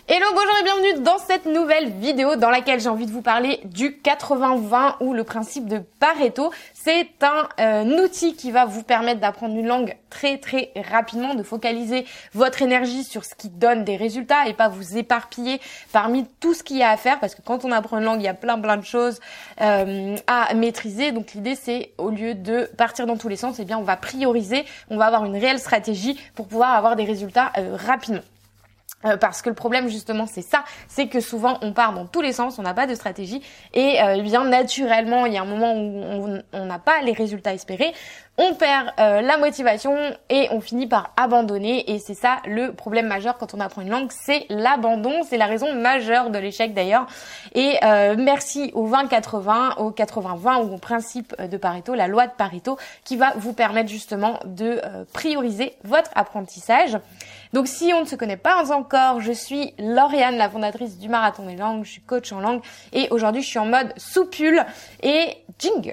Hello, bonjour et bienvenue dans cette nouvelle vidéo dans laquelle j'ai envie de vous parler du 80-20 ou le principe de Pareto. C'est un outil qui va vous permettre d'apprendre une langue très rapidement, de focaliser votre énergie sur ce qui donne des résultats et pas vous éparpiller parmi tout ce qu'il y a à faire, parce que quand on apprend une langue, il y a plein de choses à maîtriser. Donc l'idée, c'est au lieu de partir dans tous les sens, eh bien on va prioriser, on va avoir une réelle stratégie pour pouvoir avoir des résultats rapidement. Parce que le problème justement c'est ça, c'est que souvent on part dans tous les sens, on n'a pas de stratégie et bien naturellement il y a un moment où on n'a pas les résultats espérés, on perd la motivation et on finit par abandonner, et c'est ça le problème majeur quand on apprend une langue, c'est l'abandon, c'est la raison majeure de l'échec d'ailleurs. Et merci au 20-80, au 80-20 ou au principe de Pareto, la loi de Pareto, qui va vous permettre justement de prioriser votre apprentissage. Donc si on ne se connaît pas encore, je suis Lauriane, la fondatrice du Marathon des Langues, je suis coach en langue et aujourd'hui je suis en mode soupule et jingle.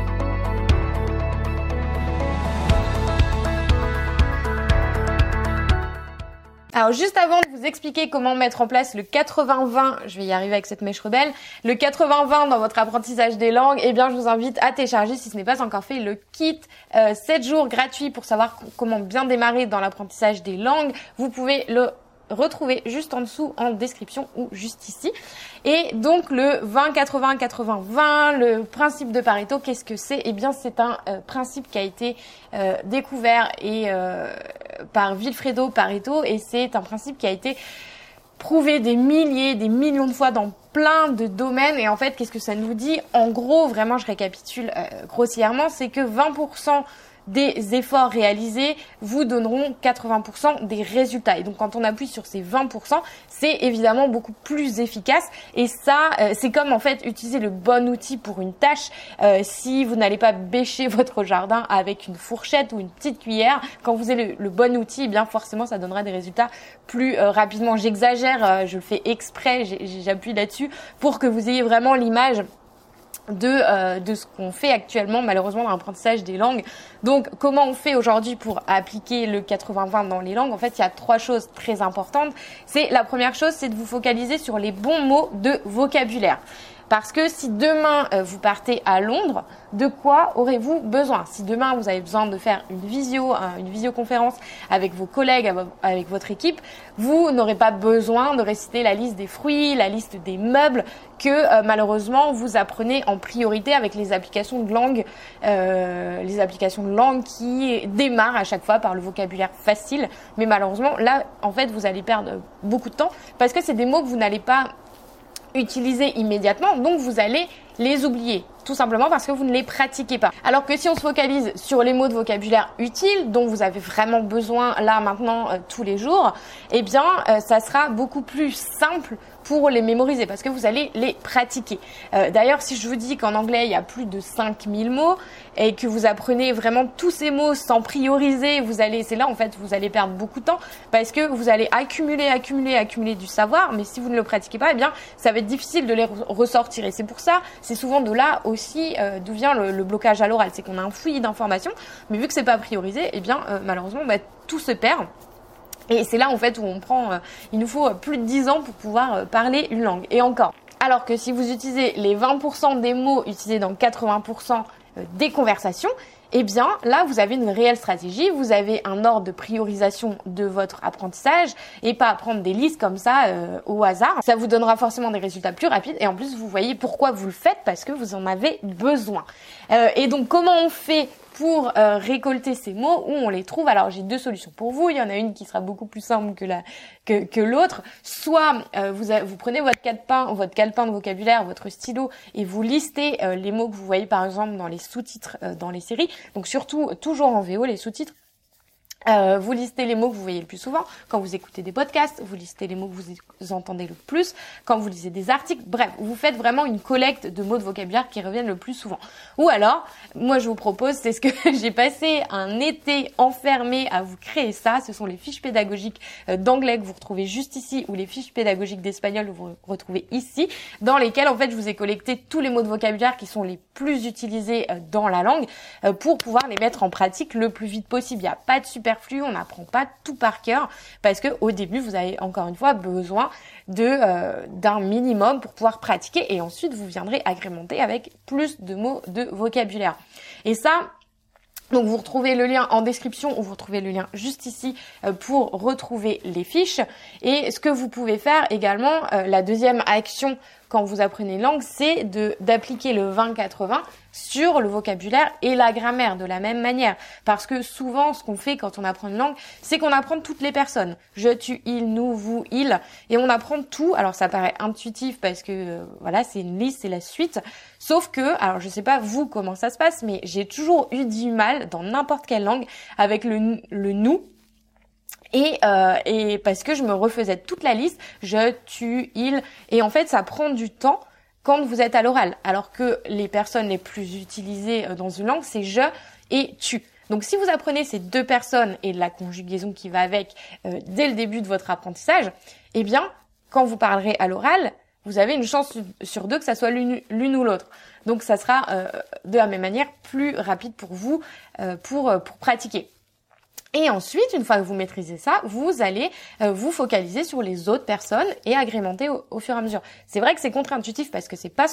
Alors juste avant de vous expliquer comment mettre en place le 80-20, je vais y arriver avec cette mèche rebelle, le 80-20 dans votre apprentissage des langues, eh bien je vous invite à télécharger, si ce n'est pas encore fait, le kit 7 jours gratuit pour savoir comment bien démarrer dans l'apprentissage des langues. Vous pouvez le retrouver juste en dessous en description ou juste ici. Et donc le 20-80-80-20, le principe de Pareto, qu'est-ce que c'est? Eh bien c'est un principe qui a été découvert par Vilfredo Pareto, et c'est un principe qui a été prouvé des milliers, des millions de fois dans plein de domaines. Et en fait, qu'est-ce que ça nous dit? En gros, vraiment, je récapitule grossièrement, c'est que 20% des efforts réalisés vous donneront 80% des résultats. Et donc quand on appuie sur ces 20%, c'est évidemment beaucoup plus efficace. Et ça, c'est comme en fait utiliser le bon outil pour une tâche. Si vous n'allez pas bêcher votre jardin avec une fourchette ou une petite cuillère, quand vous avez le bon outil, eh bien forcément ça donnera des résultats plus rapidement. J'exagère, je le fais exprès, j'appuie là-dessus pour que vous ayez vraiment l'image de ce qu'on fait actuellement malheureusement dans l'apprentissage des langues. Donc comment on fait aujourd'hui pour appliquer le 80-20 dans les langues? En fait, il y a 3 choses très importantes. La première chose, c'est de vous focaliser sur les bons mots de vocabulaire. Parce que si demain vous partez à Londres, de quoi aurez-vous besoin? Si demain vous avez besoin de faire une visioconférence avec vos collègues, avec votre équipe, vous n'aurez pas besoin de réciter la liste des fruits, la liste des meubles que malheureusement vous apprenez en priorité avec les applications de langue, qui démarrent à chaque fois par le vocabulaire facile. Mais malheureusement là, en fait, vous allez perdre beaucoup de temps parce que c'est des mots que vous n'allez pas utiliser immédiatement, donc vous allez les oublier, tout simplement parce que vous ne les pratiquez pas. Alors que si on se focalise sur les mots de vocabulaire utiles, dont vous avez vraiment besoin là maintenant tous les jours, eh bien ça sera beaucoup plus simple pour les mémoriser parce que vous allez les pratiquer. D'ailleurs, si je vous dis qu'en anglais il y a plus de 5000 mots et que vous apprenez vraiment tous ces mots sans prioriser, c'est là en fait vous allez perdre beaucoup de temps parce que vous allez accumuler du savoir, mais si vous ne le pratiquez pas, eh bien ça va être difficile de les ressortir. Et c'est pour ça, c'est souvent de là aussi d'où vient le blocage à l'oral, c'est qu'on a un fouillis d'informations, mais vu que c'est pas priorisé, eh bien malheureusement tout se perd. Et c'est là en fait où il nous faut plus de 10 ans pour pouvoir parler une langue. Et encore. Alors que si vous utilisez les 20% des mots utilisés dans 80% des conversations, eh bien là vous avez une réelle stratégie, vous avez un ordre de priorisation de votre apprentissage et pas à prendre des listes comme ça au hasard. Ça vous donnera forcément des résultats plus rapides et en plus vous voyez pourquoi vous le faites, parce que vous en avez besoin. Et donc comment on fait pour récolter ces mots, où on les trouve? Alors j'ai 2 solutions pour vous. Il y en a une qui sera beaucoup plus simple que l'autre. Soit vous prenez votre calepin de vocabulaire, votre stylo, et vous listez les mots que vous voyez par exemple dans les sous-titres dans les séries. Donc surtout toujours en VO les sous-titres. Vous listez les mots que vous voyez le plus souvent quand vous écoutez des podcasts, vous listez les mots que vous entendez le plus quand vous lisez des articles. Bref, vous faites vraiment une collecte de mots de vocabulaire qui reviennent le plus souvent. Ou alors, moi je vous propose, c'est ce que j'ai passé un été enfermé à vous créer ça. Ce sont les fiches pédagogiques d'anglais que vous retrouvez juste ici, ou les fiches pédagogiques d'espagnol que vous retrouvez ici, dans lesquelles en fait je vous ai collecté tous les mots de vocabulaire qui sont les plus utilisés dans la langue pour pouvoir les mettre en pratique le plus vite possible. Il n'y a pas de super superflu, on n'apprend pas tout par cœur parce que au début, vous avez encore une fois besoin d'un minimum pour pouvoir pratiquer et ensuite vous viendrez agrémenter avec plus de mots de vocabulaire. Et ça, donc vous retrouvez le lien en description ou vous retrouvez le lien juste ici pour retrouver les fiches. Et ce que vous pouvez faire également, la deuxième action quand vous apprenez une langue, c'est d'appliquer le 20-80 sur le vocabulaire et la grammaire de la même manière. Parce que souvent, ce qu'on fait quand on apprend une langue, c'est qu'on apprend toutes les personnes. Je, tu, il, nous, vous, il. Et on apprend tout. Alors ça paraît intuitif parce que voilà, c'est une liste, c'est la suite. Sauf que, alors je sais pas vous comment ça se passe, mais j'ai toujours eu du mal dans n'importe quelle langue avec le nous. Et parce que je me refaisais toute la liste, je, tu, il, et en fait ça prend du temps quand vous êtes à l'oral, alors que les personnes les plus utilisées dans une langue c'est je et tu. Donc si vous apprenez ces deux personnes et la conjugaison qui va avec dès le début de votre apprentissage, eh bien quand vous parlerez à l'oral, vous avez une chance sur deux que ça soit l'une ou l'autre. Donc ça sera de la même manière plus rapide pour vous pour pratiquer. Et ensuite, une fois que vous maîtrisez ça, vous allez vous focaliser sur les autres personnes et agrémenter au fur et à mesure. C'est vrai que c'est contre-intuitif parce que c'est pas ce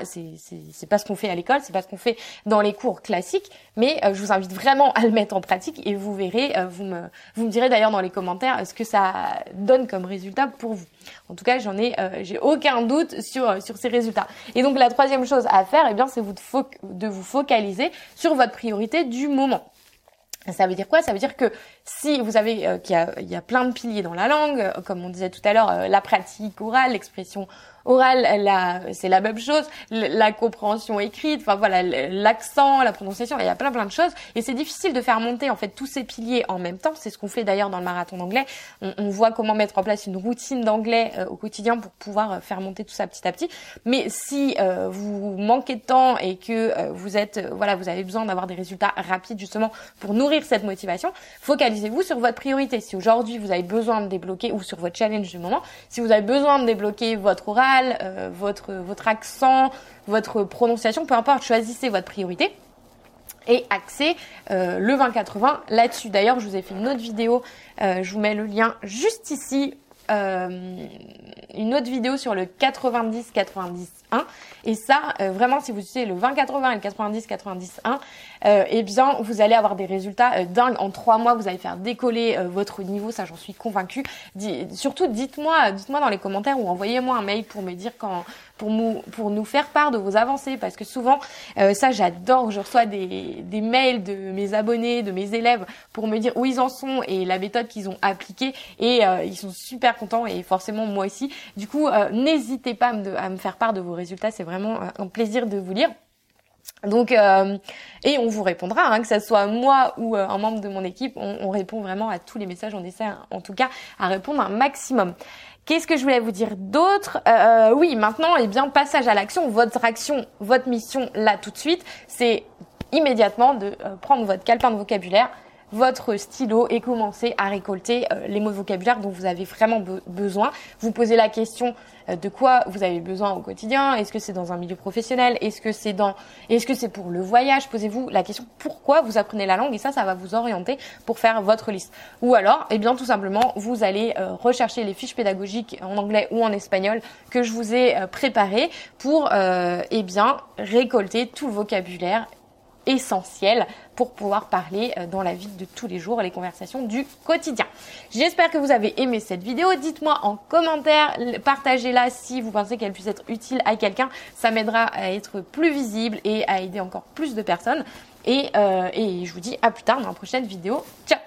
qu'on fait à l'école, c'est pas ce qu'on fait dans les cours classiques, mais je vous invite vraiment à le mettre en pratique et vous verrez, vous me direz d'ailleurs dans les commentaires ce que ça donne comme résultat pour vous. En tout cas, j'ai aucun doute sur ces résultats. Et donc la troisième chose à faire, eh bien, c'est de vous focaliser sur votre priorité du moment. Ça veut dire quoi? Ça veut dire que si vous avez qu'il y a plein de piliers dans la langue, comme on disait tout à l'heure, la pratique orale, l'expression orale, c'est la même chose, la compréhension écrite, enfin voilà, l'accent, la prononciation, il y a plein de choses et c'est difficile de faire monter en fait tous ces piliers en même temps. C'est ce qu'on fait d'ailleurs dans le marathon d'anglais. On voit comment mettre en place une routine d'anglais au quotidien pour pouvoir faire monter tout ça petit à petit. Mais si vous manquez de temps et que vous avez besoin d'avoir des résultats rapides justement pour nourrir cette motivation, focalisez-vous sur votre priorité. Si aujourd'hui vous avez besoin de débloquer, ou sur votre challenge du moment, si vous avez besoin de débloquer votre oral, votre accent, votre prononciation, peu importe, choisissez votre priorité et axez le 20-80 là-dessus. D'ailleurs, je vous ai fait une autre vidéo, je vous mets le lien juste ici, une autre vidéo sur le 90-90-1 et ça vraiment si vous utilisez le 20-80 et le 90-90-1 eh bien vous allez avoir des résultats dingues. En 3 mois vous allez faire décoller votre niveau, ça j'en suis convaincue. Surtout dites-moi dans les commentaires ou envoyez-moi un mail pour me dire pour nous faire part de vos avancées parce que souvent ça j'adore, je reçois des mails de mes abonnés, de mes élèves pour me dire où ils en sont et la méthode qu'ils ont appliquée et ils sont super contents et forcément moi aussi. Du coup n'hésitez pas à me faire part de vos résultats, c'est vraiment un plaisir de vous lire. Donc et on vous répondra, que ça soit moi ou un membre de mon équipe, on répond vraiment à tous les messages, on essaie en tout cas à répondre un maximum. Qu'est-ce que je voulais vous dire d'autre? Oui, maintenant, eh bien, passage à l'action. Votre mission là tout de suite, c'est immédiatement de prendre votre calepin de vocabulaire, votre stylo et commencer à récolter les mots de vocabulaire dont vous avez vraiment besoin. Vous posez la question de quoi vous avez besoin au quotidien. Est-ce que c'est dans un milieu professionnel? Est-ce que c'est pour le voyage? Posez-vous la question pourquoi vous apprenez la langue et ça va vous orienter pour faire votre liste. Ou alors, eh bien, tout simplement, vous allez rechercher les fiches pédagogiques en anglais ou en espagnol que je vous ai préparées pour, eh bien, récolter tout le vocabulaire essentiel pour pouvoir parler dans la vie de tous les jours, les conversations du quotidien. J'espère que vous avez aimé cette vidéo. Dites-moi en commentaire, partagez-la si vous pensez qu'elle puisse être utile à quelqu'un. Ça m'aidera à être plus visible et à aider encore plus de personnes. Et je vous dis à plus tard dans la prochaine vidéo. Ciao!